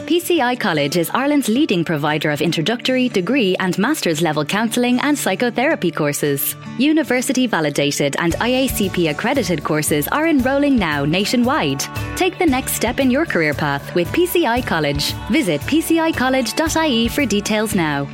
PCI College is Ireland's leading provider of introductory, degree and master's level counselling and psychotherapy courses. University validated and IACP accredited courses are enrolling now nationwide. Take the next step in your career path with PCI College. Visit pcicollege.ie for details now.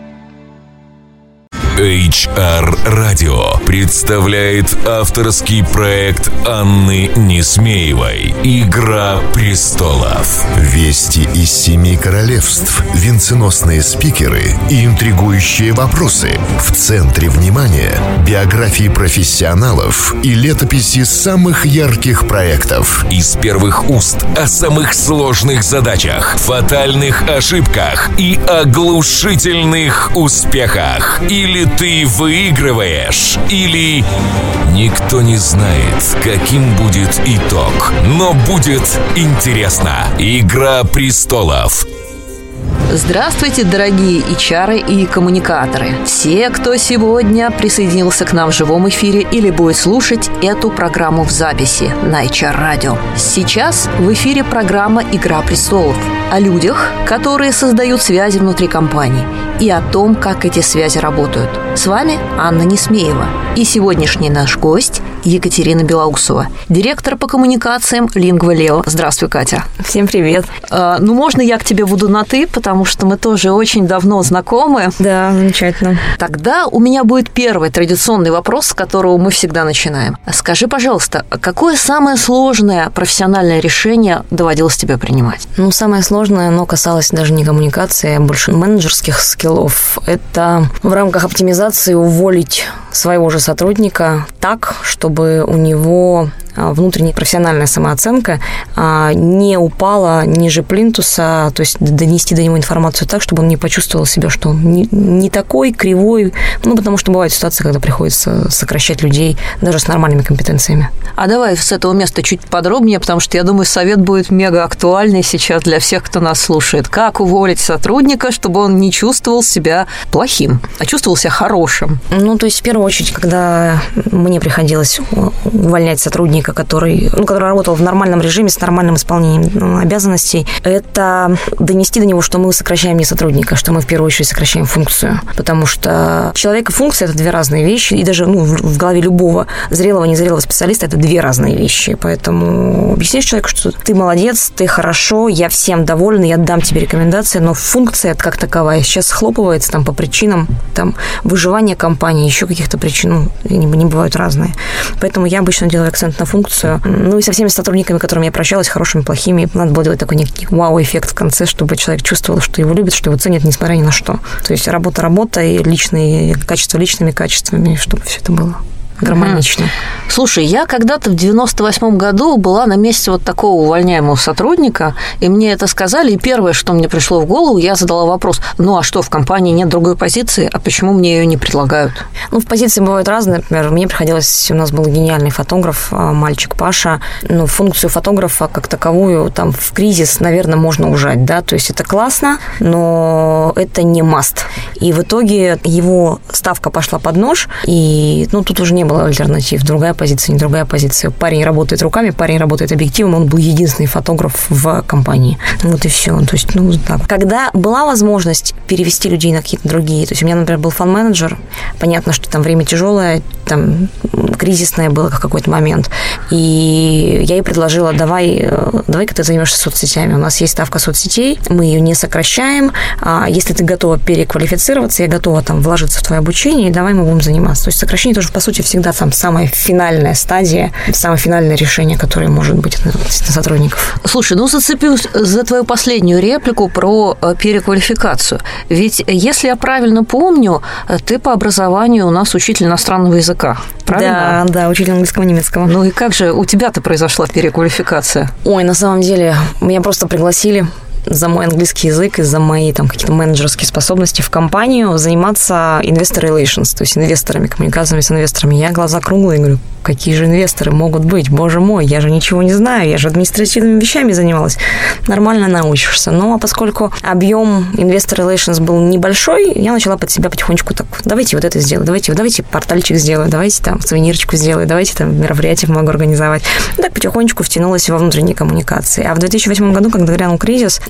HR Radio представляет авторский проект Анны Несмеевой «Игра престолов». Вести из 7 королевств, венценосные спикеры и интригующие вопросы. В центре внимания биографии профессионалов и летописи самых ярких проектов. Из первых уст о самых сложных задачах, фатальных ошибках и оглушительных успехах. Или ты выигрываешь, или никто не знает, каким будет итог. Но будет интересно. «Игра престолов». Здравствуйте, дорогие HR и коммуникаторы. Все, кто сегодня присоединился к нам в живом эфире или будет слушать эту программу в записи на HR Radio. Сейчас в эфире программа «Игра престолов» о людях, которые создают связи внутри компании, и о том, как эти связи работают. С вами Анна Несмеева и сегодняшний наш гость Екатерина Белоусова, директор по коммуникациям Lingua.Leo. Здравствуй, Катя. Всем привет. Можно я к тебе буду на «ты», потому что мы тоже очень давно знакомы. Да, замечательно. Тогда у меня будет первый традиционный вопрос, с которого мы всегда начинаем. Скажи, пожалуйста, какое самое сложное профессиональное решение доводилось тебе принимать? Самое сложное, но касалось даже не коммуникации, а больше менеджерских скиллов. Это в рамках оптимизации уволить своего же сотрудника так, чтобы у него внутренняя профессиональная самооценка не упала ниже плинтуса, то есть донести до него информацию так, чтобы он не почувствовал себя, что он не такой кривой, потому что бывают ситуации, когда приходится сокращать людей даже с нормальными компетенциями. А давай с этого места чуть подробнее, потому что, я думаю, совет будет мега актуальный сейчас для всех, кто нас слушает. Как уволить сотрудника, чтобы он не чувствовал себя плохим, а чувствовал себя хорошим? То есть, в первую очередь, когда мне приходилось увольнять сотрудника, который работал в нормальном режиме, с нормальным исполнением обязанностей, это донести до него, что мы сокращаем не сотрудника, что мы в первую очередь сокращаем функцию. Потому что человек и функция – это две разные вещи, и даже в голове любого зрелого, незрелого специалиста это две разные вещи. Поэтому объясняешь человеку, что ты молодец, ты хорошо, я всем довольна, я дам тебе рекомендации, но функция как таковая сейчас схлопывается по причинам выживания компании, еще каких-то причин, они не бывают разные. Поэтому я обычно делаю акцент на функцию. И со всеми сотрудниками, которыми я прощалась, хорошими, плохими, надо было делать такой некий вау-эффект в конце, чтобы человек чувствовал, что его любят, что его ценят, несмотря ни на что. То есть работа и личные качества личными качествами, чтобы все это было гармонично. Слушай, я когда-то в 98 году была на месте вот такого увольняемого сотрудника, и мне это сказали, и первое, что мне пришло в голову, я задала вопрос: а что, в компании нет другой позиции, а почему мне ее не предлагают? В позиции бывают разные. Например, мне приходилось, у нас был гениальный фотограф, мальчик Паша, функцию фотографа как таковую в кризис, наверное, можно ужать, да, то есть это классно, но это не must. И в итоге его ставка пошла под нож, и тут уже не было альтернатив. Другая позиция, не другая позиция. Парень работает руками, парень работает объективом, он был единственный фотограф в компании. Вот и все. То есть, так. Когда была возможность перевести людей на какие-то другие, то есть у меня, например, был фан-менеджер, понятно, что время тяжелое, кризисное было в какой-то момент, и я ей предложила: давай-ка ты займешься соцсетями. У нас есть ставка соцсетей, мы ее не сокращаем, если ты готова переквалифицироваться, я готова вложиться в твое обучение, и давай мы будем заниматься. То есть сокращение тоже, по сути, всегда самая финальная стадия, самое финальное решение, которое может быть относительно сотрудников. Слушай, зацеплюсь за твою последнюю реплику про переквалификацию. Ведь, если я правильно помню, ты по образованию у нас учитель иностранного языка, правильно? Да, учитель английского и немецкого. И как же у тебя-то произошла переквалификация? На самом деле, меня просто пригласили за мой английский язык и за мои какие-то менеджерские способности в компанию заниматься investor relations, то есть инвесторами, коммуникациями с инвесторами. Я глаза круглые, говорю: какие же инвесторы могут быть? Боже мой, я же ничего не знаю, я же административными вещами занималась. Нормально научишься. А поскольку объем investor relations был небольшой, я начала под себя потихонечку давайте вот это сделаю, давайте портальчик сделаю, давайте сувенирчику сделаю, давайте мероприятие могу организовать. И так потихонечку втянулась во внутренние коммуникации. А в 2008 году, когда грянул кризис,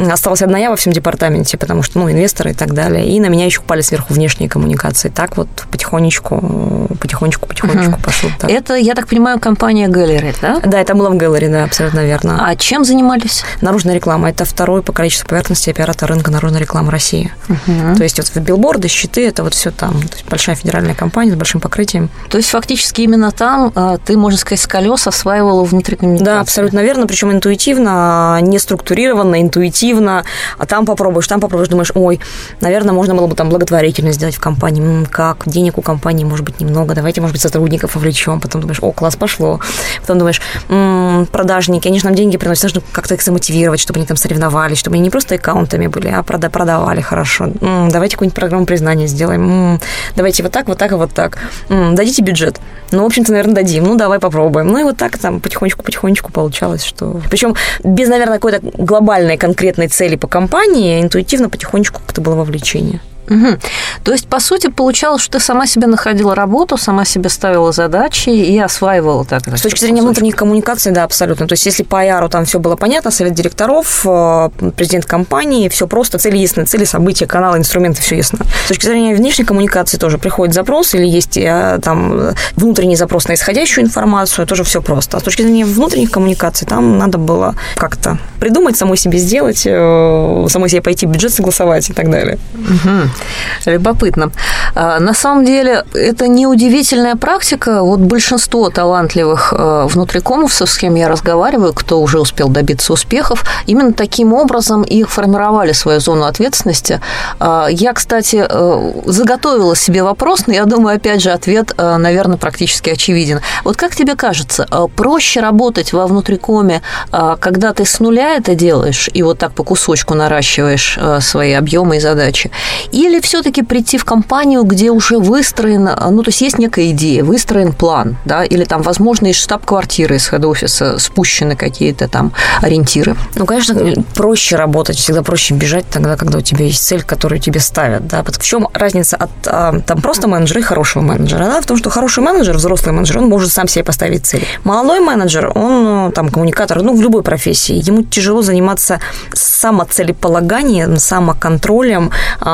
осталась одна я во всем департаменте, потому что, инвесторы и так далее. И на меня еще упали сверху внешние коммуникации. Так вот потихонечку пошло. Так. Это, я так понимаю, компания Gallery, да? Да, это было в Gallery, да, абсолютно верно. А чем занимались? Наружная реклама. Это второй по количеству поверхности оператор рынка наружной рекламы России. То есть вот билборды, щиты, это вот все там. То есть большая федеральная компания с большим покрытием. То есть фактически именно там ты, можно сказать, с колес осваивала внутри коммуникации? Да, абсолютно верно, причем интуитивно, не структурированно, интуитивно. А там попробуешь, думаешь, наверное, можно было бы там благотворительность сделать в компании. Как? Денег у компании может быть немного, давайте, может быть, сотрудников вовлечем. Потом думаешь, класс, пошло. Потом думаешь, продажники, они же нам деньги приносят, нужно как-то их замотивировать, чтобы они там соревновались, чтобы они не просто аккаунтами были, а продавали хорошо. Давайте какую-нибудь программу признания сделаем. Давайте вот так, вот так и вот так. Дадите бюджет. В общем-то, наверное, дадим. Давай попробуем. И вот так там потихонечку получалось, что... Причем без, наверное, какой-то глобальной конкретной цели по компании, интуитивно потихонечку как-то было вовлечение. То есть, по сути, получалось, что ты сама себе находила работу, сама себе ставила задачи и осваивала так. С точки зрения внутренних коммуникаций, да, абсолютно. То есть, если по IR там все было понятно, совет директоров, президент компании, все просто, цели ясны, цели, события, каналы, инструменты, все ясно. С точки зрения внешней коммуникации тоже приходит запрос или есть там внутренний запрос на исходящую информацию, тоже все просто. А с точки зрения внутренних коммуникаций там надо было как-то придумать, самой себе сделать, самой себе пойти бюджет согласовать и так далее. Любопытно. На самом деле, это неудивительная практика. Вот большинство талантливых внутрикомовцев, с кем я разговариваю, кто уже успел добиться успехов, именно таким образом и формировали свою зону ответственности. Я, кстати, заготовила себе вопрос, но я думаю, опять же, ответ, наверное, практически очевиден. Вот как тебе кажется, проще работать во внутрикоме, когда ты с нуля это делаешь и вот так по кусочку наращиваешь свои объемы и задачи, или все-таки прийти в компанию, где уже выстроен, то есть есть некая идея, выстроен план, да, или там, возможно, из штаб-квартиры, из хед-офиса спущены какие-то там ориентиры? Конечно, проще работать, всегда проще бежать тогда, когда у тебя есть цель, которую тебе ставят, да. В чем разница от там просто менеджера и хорошего менеджера, да? В том, что хороший менеджер, взрослый менеджер, он может сам себе поставить цель. Молодой менеджер, он там коммуникатор, в любой профессии, ему тяжело заниматься самоцелеполаганием, самоконтролем,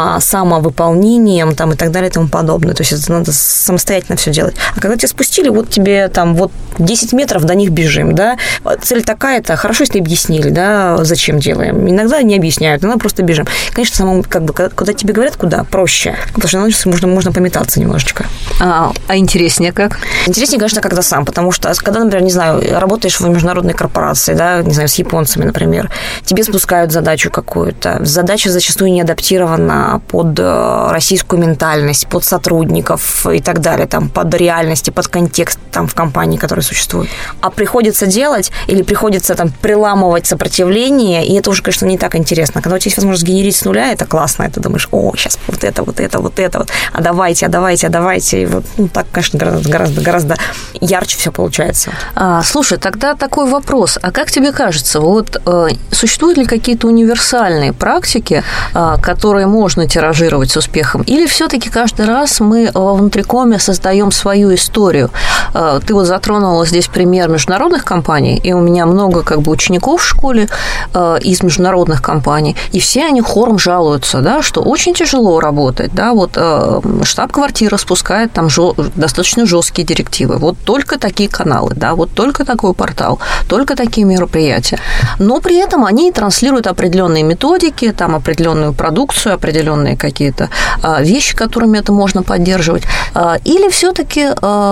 самовыполнением там, и так далее и тому подобное. То есть это надо самостоятельно все делать. А когда тебя спустили, вот тебе там 10 метров, до них бежим, да, цель такая-то, хорошо, если объяснили, да, зачем делаем. Иногда не объясняют, иногда просто бежим. Конечно, самому, когда тебе говорят, куда, проще, потому что можно пометаться немножечко. А интереснее как? Интереснее, конечно, когда сам, потому что, когда, например, не знаю, работаешь в международной корпорации, да, не знаю, с японцами, например, тебе спускают задачу какую-то, задача зачастую не адаптирована под российскую ментальность, под сотрудников и так далее, там, под реальность, под контекст там, в компании, которая существует. А приходится делать или приходится там приламывать сопротивление, и это уже, конечно, не так интересно. Когда у тебя есть возможность генерить с нуля, это классно, это думаешь, сейчас вот это, а давайте, и вот, так, конечно, гораздо ярче все получается. Слушай, тогда такой вопрос, а как тебе кажется, вот существуют ли какие-то универсальные практики, которые можно тиражировать с успехом, или все-таки каждый раз мы во внутрикоме создаем свою историю? Ты вот затронула здесь пример международных компаний, и у меня много учеников в школе из международных компаний, и все они хором жалуются, да, что очень тяжело работать, да, вот штаб-квартира спускает там достаточно жесткие директивы, вот только такие каналы, да, вот только такой портал, только такие мероприятия, но при этом они транслируют определенные методики, там определенную продукцию, определенные какие-то вещи, которыми это можно поддерживать, или все-таки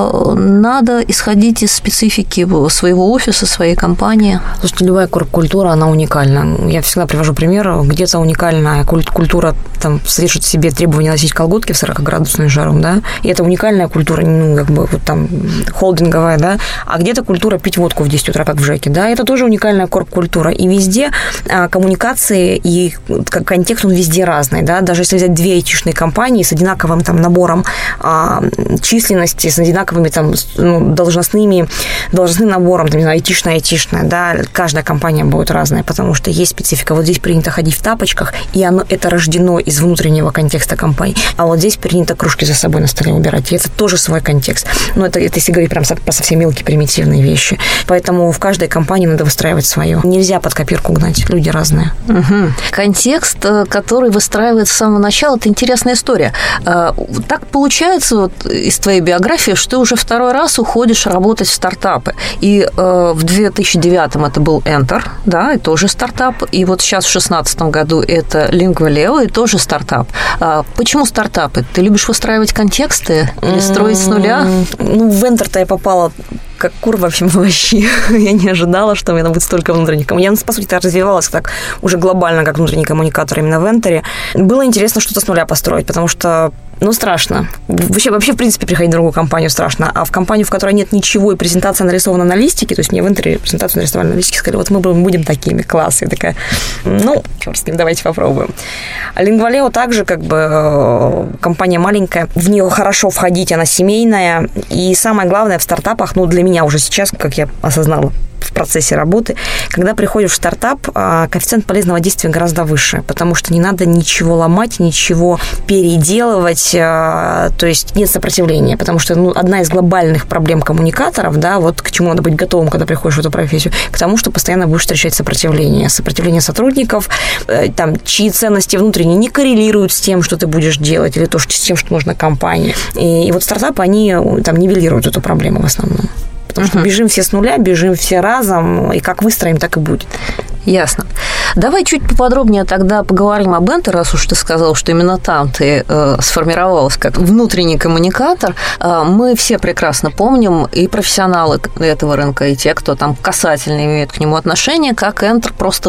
надо исходить из специфики своего офиса, своей компании? Слушайте, любая корп-культура, она уникальна. Я всегда привожу пример, где-то уникальная культура там содержит в себе требование носить колготки в 40-градусную жару, да, и это уникальная культура, там холдинговая, да, а где-то культура пить водку в 10 утра, как в ЖЭКе, да, это тоже уникальная корп-культура, и везде коммуникации и контекст, он везде разный, да, даже если взять две айтишные компании с одинаковым там набором численности, с одинаковыми там должностным набором, там, не знаю, айтишная, да, каждая компания будет разная, потому что есть специфика. Вот здесь принято ходить в тапочках, и это рождено из внутреннего контекста компании. А вот здесь принято кружки за собой на столе убирать. И это тоже свой контекст. Но это если говорить прям про совсем мелкие примитивные вещи. Поэтому в каждой компании надо выстраивать свое. Нельзя под копирку гнать. Люди разные. Угу. Контекст, который выстраивается с самого начала, это интересная история. Так получается вот из твоей биографии, что ты уже второй раз уходишь работать в стартапы. И в 2009-м это был Enter, да, и тоже стартап. И вот сейчас в 2016 году это Lingua.leo, и тоже стартап. Почему стартапы? Ты любишь выстраивать контексты или строить с нуля? В Enter-то я попала как кур вообще. Я не ожидала, что у меня будет столько внутренних коммуникаторов. Я, по сути, развивалась так уже глобально, как внутренний коммуникатор именно в Энтере. Было интересно что-то с нуля построить, потому что страшно. Вообще, в принципе, приходить в другую компанию страшно. А в компанию, в которой нет ничего, и презентация нарисована на листике, то есть мне в Энтере презентацию нарисовали на листике, сказали, вот мы будем такими, класс. Я такая, черт с ним, давайте попробуем. А Lingua.leo также компания маленькая, в нее хорошо входить, она семейная. И самое главное в стартапах, для меня уже сейчас, как я осознала в процессе работы, когда приходишь в стартап, коэффициент полезного действия гораздо выше, потому что не надо ничего ломать, ничего переделывать, то есть нет сопротивления, потому что одна из глобальных проблем коммуникаторов, да, вот к чему надо быть готовым, когда приходишь в эту профессию, к тому, что постоянно будешь встречать сопротивление сотрудников, там, чьи ценности внутренние не коррелируют с тем, что ты будешь делать, или с тем, что нужно компании. И вот стартапы, они там нивелируют эту проблему в основном. Потому что бежим все с нуля, бежим все разом, и как выстроим, так и будет. Ясно. Давай чуть поподробнее тогда поговорим об Enter, раз уж ты сказал, что именно там ты сформировалась как внутренний коммуникатор. Мы все прекрасно помним, и профессионалы этого рынка, и те, кто там касательно имеет к нему отношение, как Enter просто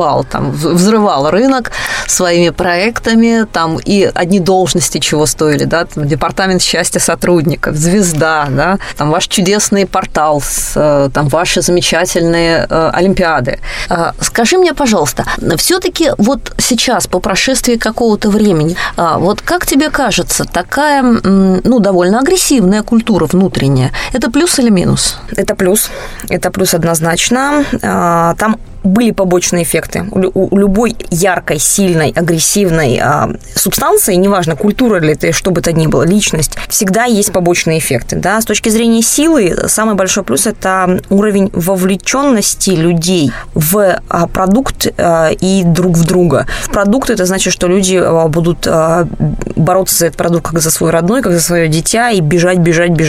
взрывал рынок своими проектами, там и одни должности чего стоили, да, там, департамент счастья сотрудников, звезда, да, там ваш чудесный портал, там ваши замечательные олимпиады. Скажи мне, пожалуйста, все-таки вот сейчас, по прошествии какого-то времени, вот как тебе кажется, такая, довольно агрессивная культура внутренняя, это плюс или минус? Это плюс однозначно. Там были побочные эффекты. У любой яркой, сильной, агрессивной субстанции, неважно, культура ли это, что бы то ни было, личность, всегда есть побочные эффекты. Да? С точки зрения силы, самый большой плюс – это уровень вовлеченности людей в продукт и друг в друга. В продукт – это значит, что люди будут бороться за этот продукт как за свой родной, как за свое дитя, и бежать.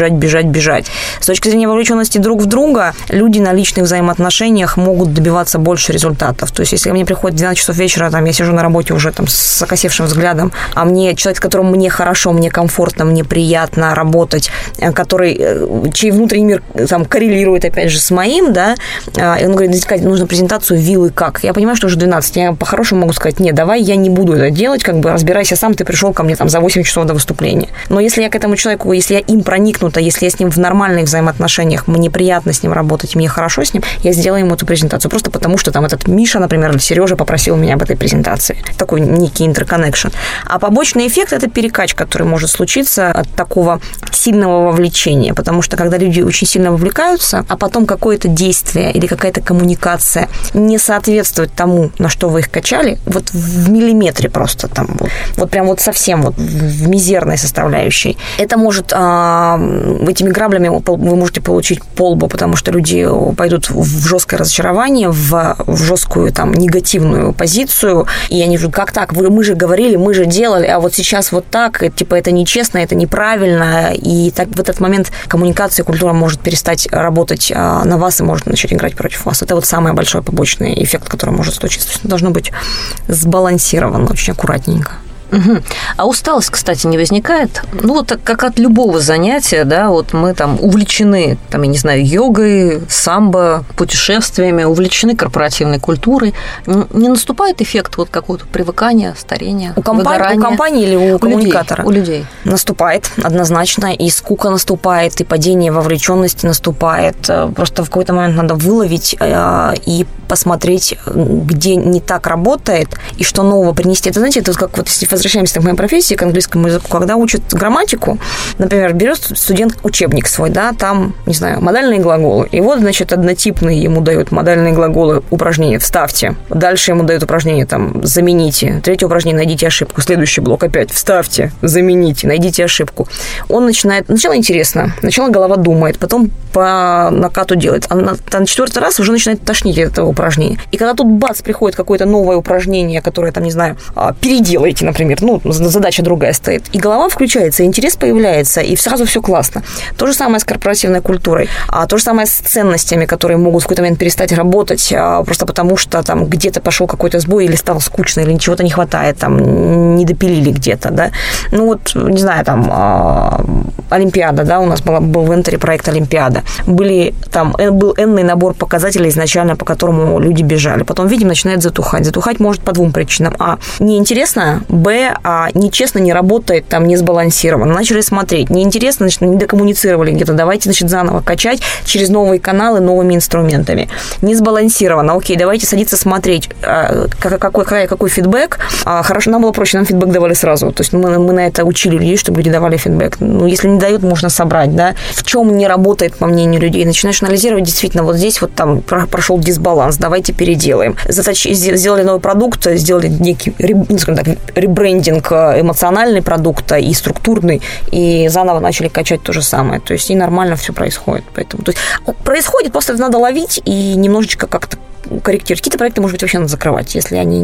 С точки зрения вовлеченности друг в друга, люди на личных взаимоотношениях могут добиваться больше результатов. То есть, если ко мне приходит 12 часов вечера, там, я сижу на работе уже там, с окосевшим взглядом, а мне человек, с которым мне хорошо, мне комфортно, мне приятно работать, чей внутренний мир там, коррелирует, опять же, с моим, да, и он говорит, Катя, нужно презентацию виллы как? Я понимаю, что уже 12, я по-хорошему могу сказать, нет, давай я не буду это делать, разбирайся сам, ты пришел ко мне там, за 8 часов до выступления. Но если я к этому человеку, если я им проникнута, если я с ним в нормальных взаимоотношениях, мне приятно с ним работать, мне хорошо с ним, я сделаю ему эту презентацию, просто потому что там этот Миша, например, или Сережа попросил меня об этой презентации. Такой некий интерконнекшн. А побочный эффект – это перекач, который может случиться от такого сильного вовлечения, потому что когда люди очень сильно вовлекаются, а потом какое-то действие или какая-то коммуникация не соответствует тому, на что вы их качали, вот в миллиметре просто там, вот прям вот совсем вот в мизерной составляющей, это может этими граблями вы можете получить по лбу, потому что люди пойдут в жесткое разочарование, в жесткую там негативную позицию, и они говорят, как так, мы же говорили, мы же делали, а вот сейчас вот так, это нечестно, это неправильно, и так в этот момент коммуникация, культура может перестать работать на вас и может начать играть против вас. Это вот самый большой побочный эффект, который может случиться. То есть должно быть сбалансировано, очень аккуратненько. Угу. А усталость, кстати, не возникает? Вот как от любого занятия, да, вот мы там увлечены, там, я не знаю, йогой, самбо, путешествиями, увлечены корпоративной культурой. Не наступает эффект вот какого-то привыкания, старения, выгорания? У компании или у коммуникатора? У людей. Наступает, однозначно, и скука наступает, и падение вовлеченности наступает. Просто в какой-то момент надо выловить и посмотреть, где не так работает, и что нового принести. Это, знаете, это как вот если возвращаемся к моей профессии, к английскому языку, когда учат грамматику, например, берет студент учебник свой, да, там, не знаю, модальные глаголы. И вот, значит, однотипные ему дают модальные глаголы, упражнение «вставьте». Дальше ему дают упражнение там «замените». Третье упражнение «найдите ошибку». Следующий блок опять «вставьте», «замените», «найдите ошибку». Он начинает... Сначала интересно, сначала голова думает, потом по накату делает. А на 4-й раз уже начинает тошнить от этого упражнения. И когда тут бац, приходит какое-то новое упражнение, которое там, не знаю, переделайте, например, ну, задача другая стоит. И голова включается, интерес появляется, и сразу все классно. То же самое с корпоративной культурой. То же самое с ценностями, которые могут в какой-то момент перестать работать, просто потому что там где-то пошел какой-то сбой, или стало скучно, или чего-то не хватает, там, не допилили где-то, да. Ну, вот, не знаю, там, Олимпиада, да, у нас был в Энтере проект Олимпиада. Был энный набор показателей изначально, по которому люди бежали. Потом, видим, начинает затухать. Затухать может по двум причинам. Неинтересно, нечестно, не работает, там, не сбалансировано. Начали смотреть. Неинтересно, значит, не докоммуницировали где-то. Давайте, значит, заново качать через новые каналы, новыми инструментами. Не сбалансировано. Окей, давайте садиться смотреть, какой фидбэк. Хорошо, нам было проще, нам фидбэк давали сразу. То есть мы на это учили людей, чтобы люди давали фидбэк. Ну, если не дают, можно собрать, да. В чем не работает, по мнению людей. Начинаешь анализировать, действительно, вот здесь вот там прошел дисбаланс, давайте переделаем. Сделали новый продукт, сделали некий, скажем так, ребрендинг эмоциональный продукта и структурный, и заново начали качать то же самое. То есть и нормально все происходит. Поэтому, то есть, происходит, просто это надо ловить и немножечко как-то корректировать. Какие-то проекты, может быть, вообще надо закрывать, если они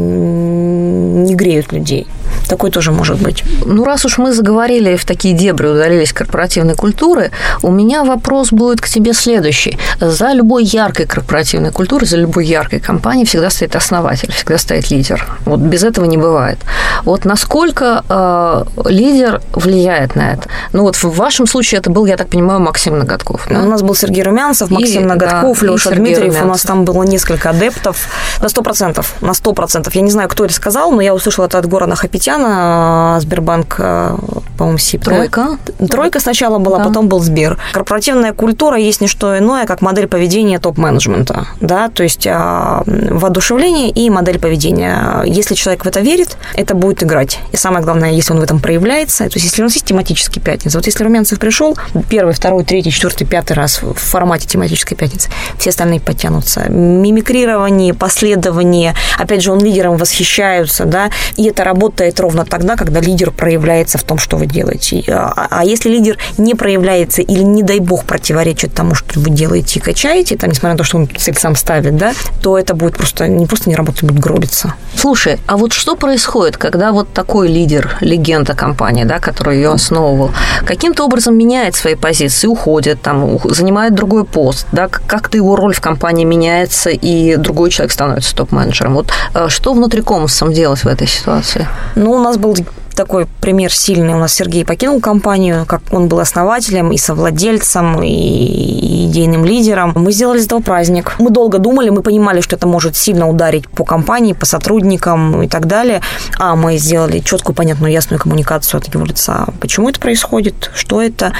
не греют людей. Такое тоже может быть. Ну, раз уж мы заговорили в такие дебри, удалились корпоративной культуры, у меня вопрос будет к тебе следующий. За любой яркой корпоративной культурой, за любой яркой компанией всегда стоит основатель, всегда стоит лидер. Вот без этого не бывает. Вот насколько лидер влияет на это? Ну, вот в вашем случае это был, я так понимаю, Максим Ноготков. Да? У нас был Сергей Румянцев, Максим Ноготков, Леша Дмитриев. У нас там было несколько адептов. На 100%. Я не знаю, кто это сказал, но я услышала это от Горана Хапетяна, Сбербанк, по-моему, СИП. Тройка сначала была, да. Потом был Сбер. Корпоративная культура есть не что иное, как модель поведения топ-менеджмента. Да? То есть воодушевление и модель поведения. Если человек в это верит, это будет играть. И самое главное, если он в этом проявляется, то есть если у нас есть тематические пятницы. Вот если Румянцев пришел 1, 2, 3, 4, 5 раз в формате тематической пятницы, все остальные подтянутся. Мимикрирование, последование. Опять же, он лидером восхищаются, да, и это работает ровно тогда, когда лидер проявляется в том, что вы делаете. А если лидер не проявляется или, не дай бог, противоречит тому, что вы делаете и качаете, там, несмотря на то, что он цель сам ставит, да, то это будет просто не работать, будет гробиться. Слушай, а вот что происходит, когда вот такой лидер, легенда компании, да, который ее основывал, каким-то образом меняет свои позиции, уходит, там, занимает другой пост, да, как-то его роль в компании меняется, и другой человек становится топ-менеджером. Вот что внутрикомовцам делать в этой ситуации? Ну, у нас был такой пример сильный. У нас Сергей покинул компанию, как он был основателем и совладельцем, и идейным лидером. Мы сделали из этого праздник. Мы долго думали, мы понимали, что это может сильно ударить по компании, по сотрудникам и так далее. Мы сделали четкую, понятную, ясную коммуникацию от его лица. Почему это происходит? Что это?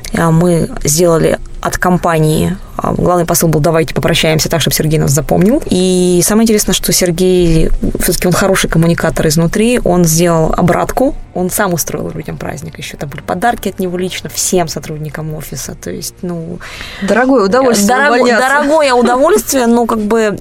Мы сделали от компании. Главный посыл был: давайте попрощаемся так, чтобы Сергей нас запомнил. И самое интересное, что Сергей, все-таки он хороший коммуникатор изнутри, он сделал обратку, он сам устроил людям праздник. Еще там были подарки от него лично всем сотрудникам офиса. То есть, дорогое удовольствие. Дорогое удовольствие, но как бы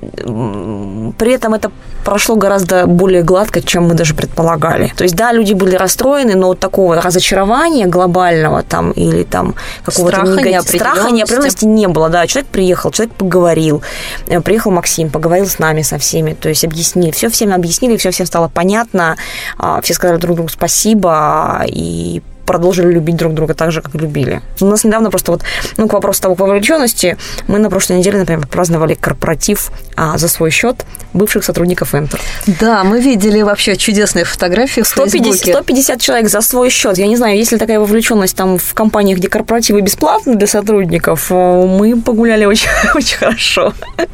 при этом это прошло гораздо более гладко, чем мы даже предполагали. То есть, да, люди были расстроены, но вот такого разочарования глобального там или там какого-то страха, неопределенности не было. Да, человек приехал, человек поговорил. Приехал Максим, поговорил с нами, со всеми, то есть объяснил. Все всем объяснили, все всем стало понятно. Все сказали друг другу спасибо и продолжили любить друг друга так же, как и любили. У нас недавно просто к вопросу того, вовлеченности, мы на прошлой неделе, например, праздновали корпоратив за свой счет бывших сотрудников Энтер. Да, мы видели вообще чудесные фотографии в Фейсбуке. 150 человек за свой счет. Я не знаю, есть ли такая вовлеченность там в компаниях, где корпоративы бесплатны для сотрудников. Мы погуляли очень, очень хорошо.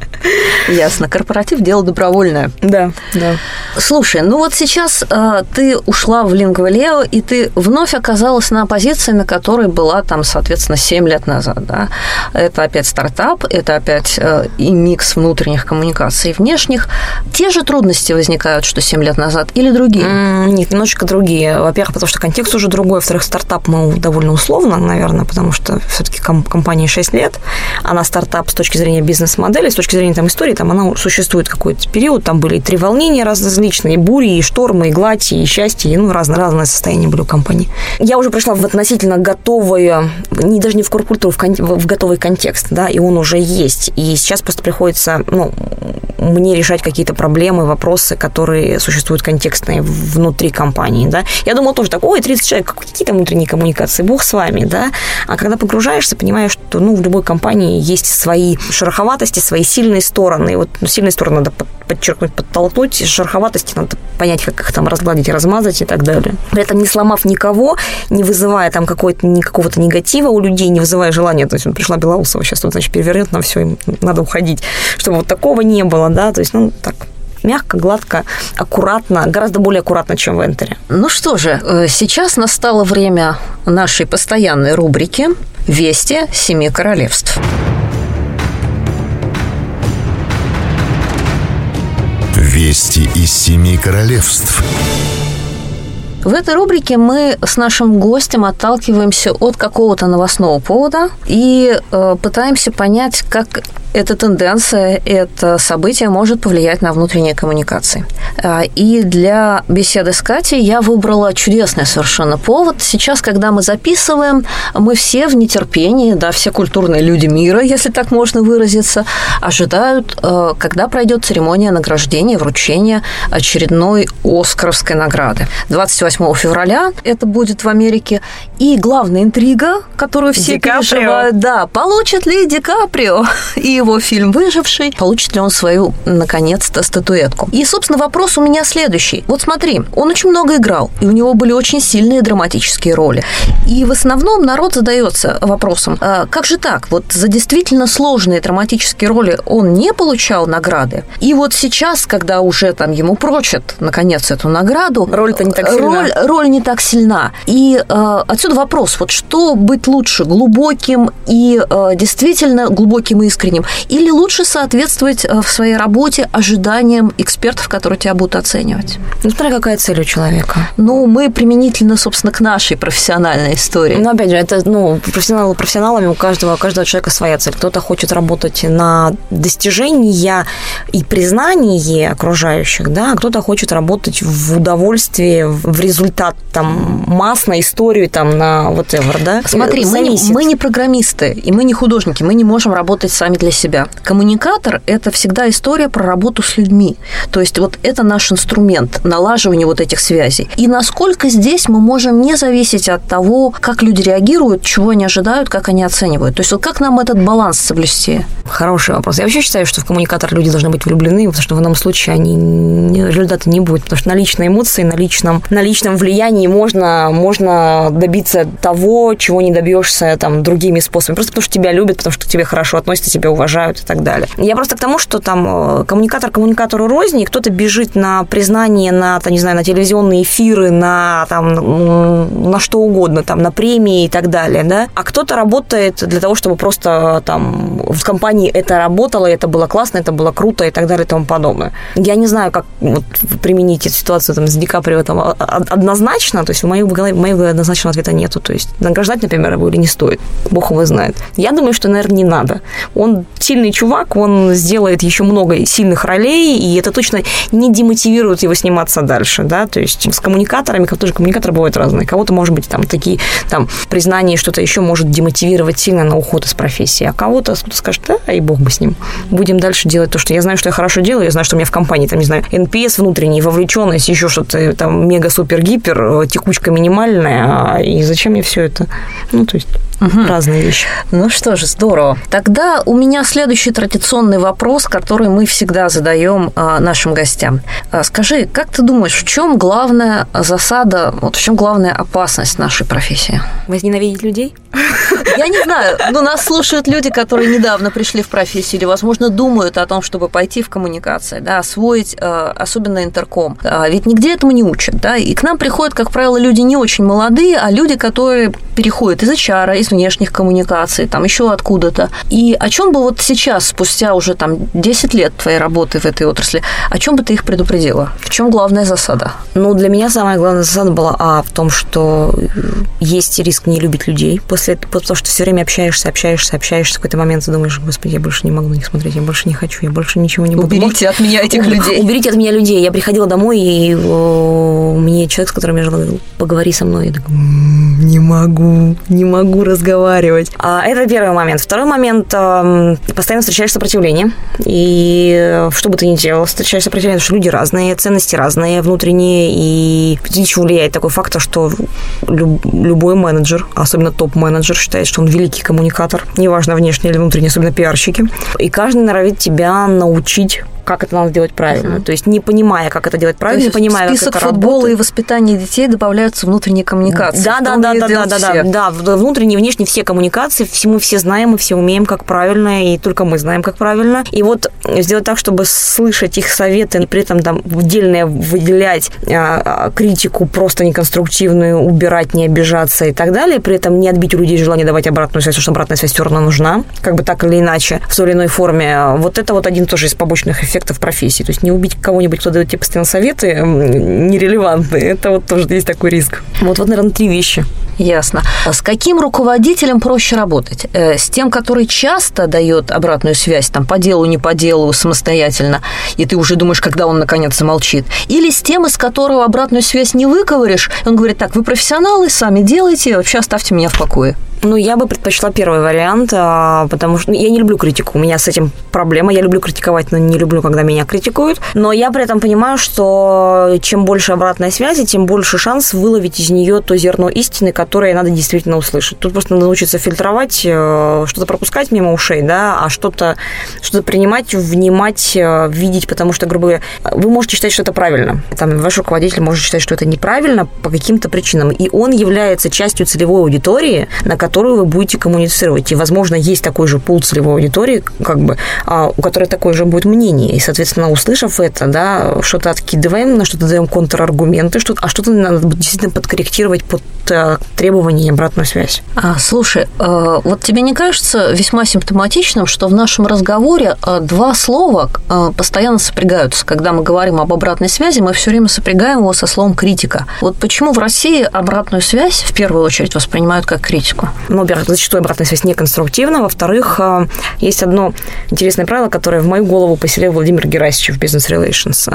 Ясно. Корпоратив – дело добровольное. Да. Слушай, вот сейчас ты ушла в Lingua Leo, и ты вновь оказалась оказалась на позиции, на которой была там, соответственно, 7 лет назад. Да? Это опять стартап, это опять и микс внутренних коммуникаций и внешних. Те же трудности возникают, что 7 лет назад, или другие? Нет, немножечко другие. Во-первых, потому что контекст уже другой. Во-вторых, стартап мы довольно условно, наверное, потому что все-таки компании 6 лет. Она стартап с точки зрения бизнес-модели, с точки зрения там, истории, там она существует какой-то период, там были и 3 волнения различные, и бури, и штормы, и гладь, и счастье, и разные состояния были у компании. Я уже пришла в относительно готовое, даже не в корпкультуру, в готовый контекст, да, и он уже есть. И сейчас просто приходится, мне решать какие-то проблемы, вопросы, которые существуют контекстные внутри компании, да. Я думала тоже так, 30 человек, какие-то внутренние коммуникации, бог с вами, да. А когда погружаешься, понимаешь, что, в любой компании есть свои шероховатости, свои сильные стороны. И вот сильные стороны надо подчеркнуть, подтолкнуть, шероховатости надо понять, как их там разгладить, размазать и так далее. При этом не сломав никого, не вызывая там какого-то негатива у людей, не вызывая желания, то есть пришла Белоусова, сейчас тут, значит, перевернет на все, им надо уходить, чтобы вот такого не было, да, то есть, так, мягко, гладко, аккуратно, гораздо более аккуратно, чем в Энтере. Ну что же, сейчас настало время нашей постоянной рубрики «Вести 7 королевств». Вести из 7 королевств. В этой рубрике мы с нашим гостем отталкиваемся от какого-то новостного повода и пытаемся понять, как эта тенденция, это событие может повлиять на внутренние коммуникации. И для беседы с Катей я выбрала чудесный совершенно повод. Сейчас, когда мы записываем, мы все в нетерпении, да, все культурные люди мира, если так можно выразиться, ожидают, когда пройдет церемония награждения, вручения очередной Оскаровской награды. 28 февраля это будет в Америке. И главная интрига, которую все переживают, да, получит ли Ди Каприо и его фильм «Выживший», получит ли он свою, наконец-то, статуэтку. И, собственно, вопрос у меня следующий. Вот смотри, он очень много играл, и у него были очень сильные драматические роли. И в основном народ задается вопросом, как же так? Вот за действительно сложные драматические роли он не получал награды. И вот сейчас, когда уже там ему прочат, наконец, эту награду, роль-то не так сильна. Роль не так сильна. И отсюда вопрос, вот что быть лучше, глубоким и действительно глубоким и искренним, или лучше соответствовать в своей работе ожиданиям экспертов, которые тебя будут оценивать? Смотря какая цель у человека. Мы применительно, собственно, к нашей профессиональной истории. Но, опять же, это, профессионалами у каждого человека своя цель. Кто-то хочет работать на достижение и признание окружающих, да, а кто-то хочет работать в удовольствии, в результат, там, масс на историю, там, на whatever, да. Смотри, мы не программисты, и мы не художники, мы не можем работать сами для себя. Коммуникатор – это всегда история про работу с людьми. То есть вот это наш инструмент налаживания вот этих связей. И насколько здесь мы можем не зависеть от того, как люди реагируют, чего они ожидают, как они оценивают. То есть вот как нам этот баланс соблюсти? Хороший вопрос. Я вообще считаю, что в коммуникатор люди должны быть влюблены, потому что в ином случае результата не будет. Потому что на личной эмоции, на личном влиянии можно добиться того, чего не добьешься там другими способами. Просто потому что тебя любят, потому что к тебе хорошо относятся, тебя уважают и так далее. Я просто к тому, что там коммуникатор коммуникатору рознь, и кто-то бежит на признание, на телевизионные эфиры, на что угодно, там, на премии и так далее, да, а кто-то работает для того, чтобы просто там в компании это работало, это было классно, это было круто и так далее и тому подобное. Я не знаю, как применить эту ситуацию там, с Ди Каприо там, однозначно, то есть в моей голове однозначного ответа нету, то есть награждать, например, его или не стоит, бог его знает. Я думаю, что, наверное, не надо. Он сильный чувак, он сделает еще много сильных ролей, и это точно не демотивирует его сниматься дальше, да, то есть с коммуникаторами, тоже коммуникаторы бывают разные, кого-то, может быть, там такие, там, признания, что-то еще может демотивировать сильно на уход из профессии, а кого-то скажет, да, и бог бы с ним. Будем дальше делать то, что я знаю, что я хорошо делаю, я знаю, что у меня в компании, там, не знаю, НПС внутренний, вовлеченность, еще что-то, там, мега-супер-гипер, текучка минимальная, и зачем мне все это? То есть Разные вещи. Ну что же, здорово. Тогда у меня следующий традиционный вопрос, который мы всегда задаем нашим гостям. Скажи, как ты думаешь, в чем главная засада, в чем главная опасность нашей профессии? Возненавидеть людей? Я не знаю, но нас слушают люди, которые недавно пришли в профессию или, возможно, думают о том, чтобы пойти в коммуникации, да, освоить особенно интерком. Ведь нигде этому не учат, да, и к нам приходят, как правило, люди не очень молодые, а люди, которые переходят из HR, из внешних коммуникаций, там еще откуда-то. И о чем бы вот сейчас, спустя уже там 10 лет твоей работы в этой отрасли, о чем бы ты их предупредила? В чем главная засада? Ну, для меня самая главная засада была в том, что есть риск не любить людей, потому что все время общаешься, в какой-то момент ты думаешь: господи, я больше не могу на них смотреть, я больше не хочу, я больше ничего не буду. Уберите от меня этих людей. Уберите от меня людей. Я приходила домой, и мне человек, с которым я жила, говорил: поговори со мной. Я такая: не могу разговаривать. Это первый момент. Второй момент: постоянно встречаешь сопротивление. И что бы ты ни делал, встречаешь сопротивление, потому что люди разные, ценности разные, внутренние. И еще влияет такой фактор, что любой менеджер, особенно топ-менеджер, считает, что он великий коммуникатор, неважно, внешний или внутренний, особенно пиарщики. И каждый норовит тебя научить, как это надо делать правильно. То есть, не понимая, как это делать правильно, не понимая, как это работает. В список футбола и воспитания детей добавляются внутренние коммуникации. Да. Внутренние и внешние все коммуникации, мы все знаем, мы все умеем, как правильно, и только мы знаем, как правильно. И вот сделать так, чтобы слышать их советы, и при этом там отдельно выделять критику просто неконструктивную, убирать, не обижаться и так далее, при этом не отбить у людей желание давать обратную связь, потому что обратная связь все равно нужна, как бы так или иначе, в той или иной форме. Вот это вот один тоже из побочных эффектов профессии. То есть не убить кого-нибудь, кто дает тебе постоянно советы нерелевантные. Это вот тоже есть такой риск. Вот, наверное, 3 вещи. Ясно. С каким руководителем проще работать? С тем, который часто дает обратную связь, там, по делу, не по делу, самостоятельно, и ты уже думаешь, когда он наконец замолчит? Или с тем, из которого обратную связь не выковыришь, и он говорит: так, вы профессионалы, сами делайте, вообще оставьте меня в покое? Ну, я бы предпочла первый вариант, потому что я не люблю критику. У меня с этим проблема. Я люблю критиковать, но не люблю, когда меня критикуют. Но я при этом понимаю, что чем больше обратной связи, тем больше шанс выловить из нее то зерно истины, которое надо действительно услышать. Тут просто надо научиться фильтровать, что-то пропускать мимо ушей, да, а что-то принимать, внимать, видеть, потому что, грубо говоря, вы можете считать, что это правильно. Там ваш руководитель может считать, что это неправильно по каким-то причинам. И он является частью целевой аудитории, на которую вы будете коммуницировать. И, возможно, есть такой же пул целевой аудитории, как бы, у которой такое же будет мнение. И, соответственно, услышав это, да, что-то откидываем, на что-то даем контраргументы, а что-то надо действительно подкорректировать под требования и обратную связь. Слушай, вот тебе не кажется весьма симптоматичным, что в нашем разговоре 2 слова постоянно сопрягаются? Когда мы говорим об обратной связи, мы все время сопрягаем его со словом критика. Вот почему в России обратную связь в первую очередь воспринимают как критику? Ну, во-первых, зачастую обратная связь неконструктивна. Во-вторых, есть одно интересное правило, которое в мою голову поселил Владимир Герасичев в Business Relations.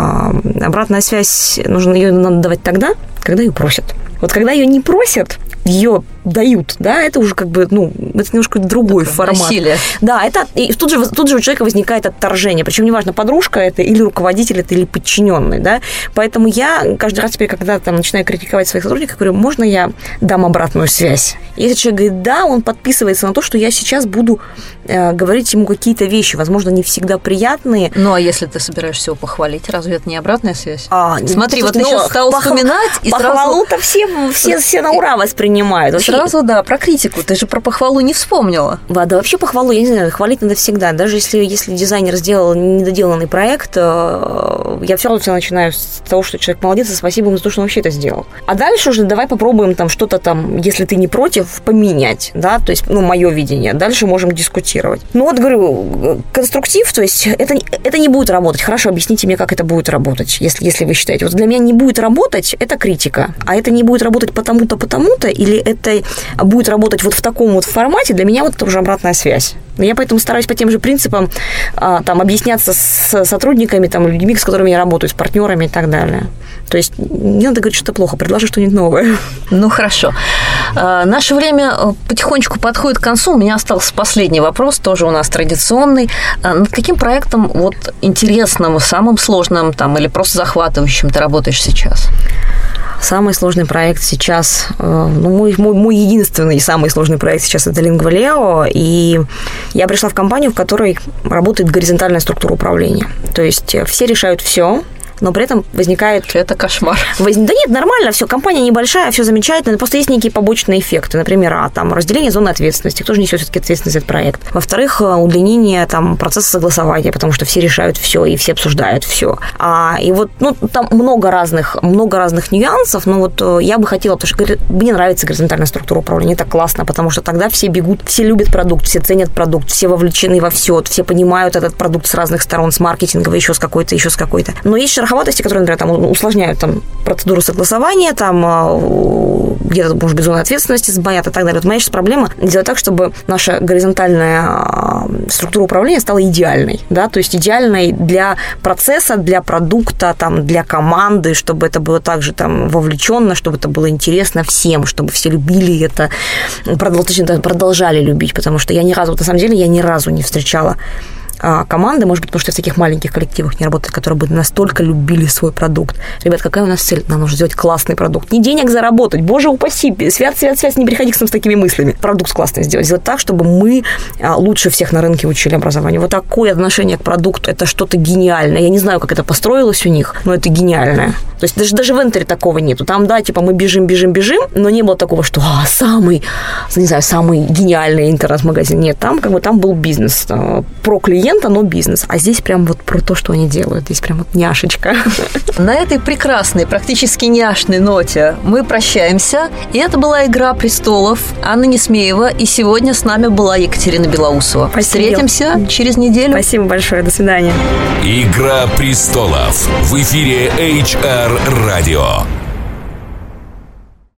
Обратная связь, ее надо давать тогда, когда ее просят. Вот когда ее не просят, ее дают, да, это уже как бы, это немножко другой формат. Насилие. Да, и тут же у человека возникает отторжение, причем неважно, подружка это или руководитель это, или подчиненный, да, поэтому я каждый раз теперь, когда там начинаю критиковать своих сотрудников, говорю: можно я дам обратную связь? Если человек говорит «да», он подписывается на то, что я сейчас буду говорить ему какие-то вещи, возможно, не всегда приятные. Ну, а если ты собираешься его похвалить, разве это не обратная связь? Смотри, вот ты сейчас стал вспоминать, и похвалу-то все на ура воспринимают. Вообще, сразу, да, про критику. Ты же про похвалу не вспомнила. Да, вообще похвалу, я не знаю, хвалить надо всегда. Даже если дизайнер сделал недоделанный проект, я все равно начинаю с того, что человек молодец, и спасибо ему за то, что он вообще это сделал. А дальше уже давай попробуем там что-то там, если ты не против, поменять, да, то есть, мое видение. Дальше можем дискутировать. Вот, говорю, конструктив, то есть это не будет работать. Хорошо, объясните мне, как это будет работать, если вы считаете. Вот для меня не будет работать, это критика. А это не будет работать потому-то, или это будет работать вот в таком вот формате, для меня вот это уже обратная связь. Я поэтому стараюсь по тем же принципам там объясняться с сотрудниками, там, людьми, с которыми я работаю, с партнерами и так далее. То есть не надо говорить что-то плохо, предложи что-нибудь новое. Ну, хорошо. Наше время потихонечку подходит к концу. У меня остался последний вопрос, тоже у нас традиционный. Над каким проектом вот интересным, самым сложным там, или просто захватывающим ты работаешь сейчас? Самый сложный проект сейчас, мой единственный и самый сложный проект сейчас – это Lingua.Leo, и я пришла в компанию, в которой работает горизонтальная структура управления. То есть все решают все, но при этом возникает... Это кошмар. Да нет, нормально, все, компания небольшая, все замечательно, просто есть некие побочные эффекты, например, там разделение зоны ответственности, кто же несет все-таки ответственность за этот проект. Во-вторых, удлинение там процесса согласования, потому что все решают все и все обсуждают все. И вот, там много разных нюансов, но вот я бы хотела, потому что мне нравится горизонтальная структура управления, это классно, потому что тогда все бегут, все любят продукт, все ценят продукт, все вовлечены во все, все понимают этот продукт с разных сторон, с маркетинговой, еще с какой-то. Но есть шероховатости, которые, например, там усложняют там процедуру согласования, там где-то, может быть, зона ответственности сбоят и так далее. Вот моя сейчас проблема сделать так, чтобы наша горизонтальная структура управления стала идеальной, да, то есть идеальной для процесса, для продукта, там, для команды, чтобы это было также там вовлеченно, чтобы это было интересно всем, чтобы все любили это, продолжали любить, потому что на самом деле, я ни разу не встречала команды, может быть, потому что я в таких маленьких коллективах не работаю, которые бы настолько любили свой продукт. Ребят, какая у нас цель? Нам нужно сделать классный продукт. Не денег заработать, боже упаси, свят, не приходи к нам с такими мыслями. Продукт классный сделать так, чтобы мы лучше всех на рынке учили образованию. Вот такое отношение к продукту, это что-то гениальное. Я не знаю, как это построилось у них, но это гениальное. То есть даже в Энтере такого нету. Там, да, типа мы бежим, но не было такого, что самый гениальный интернет-магазин. Нет, там был бизнес. Про клиента, но бизнес. А здесь прям вот про то, что они делают. Здесь прям вот няшечка. На этой прекрасной, практически няшной ноте мы прощаемся. И это была «Игра престолов». Анна Несмеева. И сегодня с нами была Екатерина Белоусова. Спасибо. Встретимся через неделю. Спасибо большое. До свидания. «Игра престолов» в эфире HR Radio.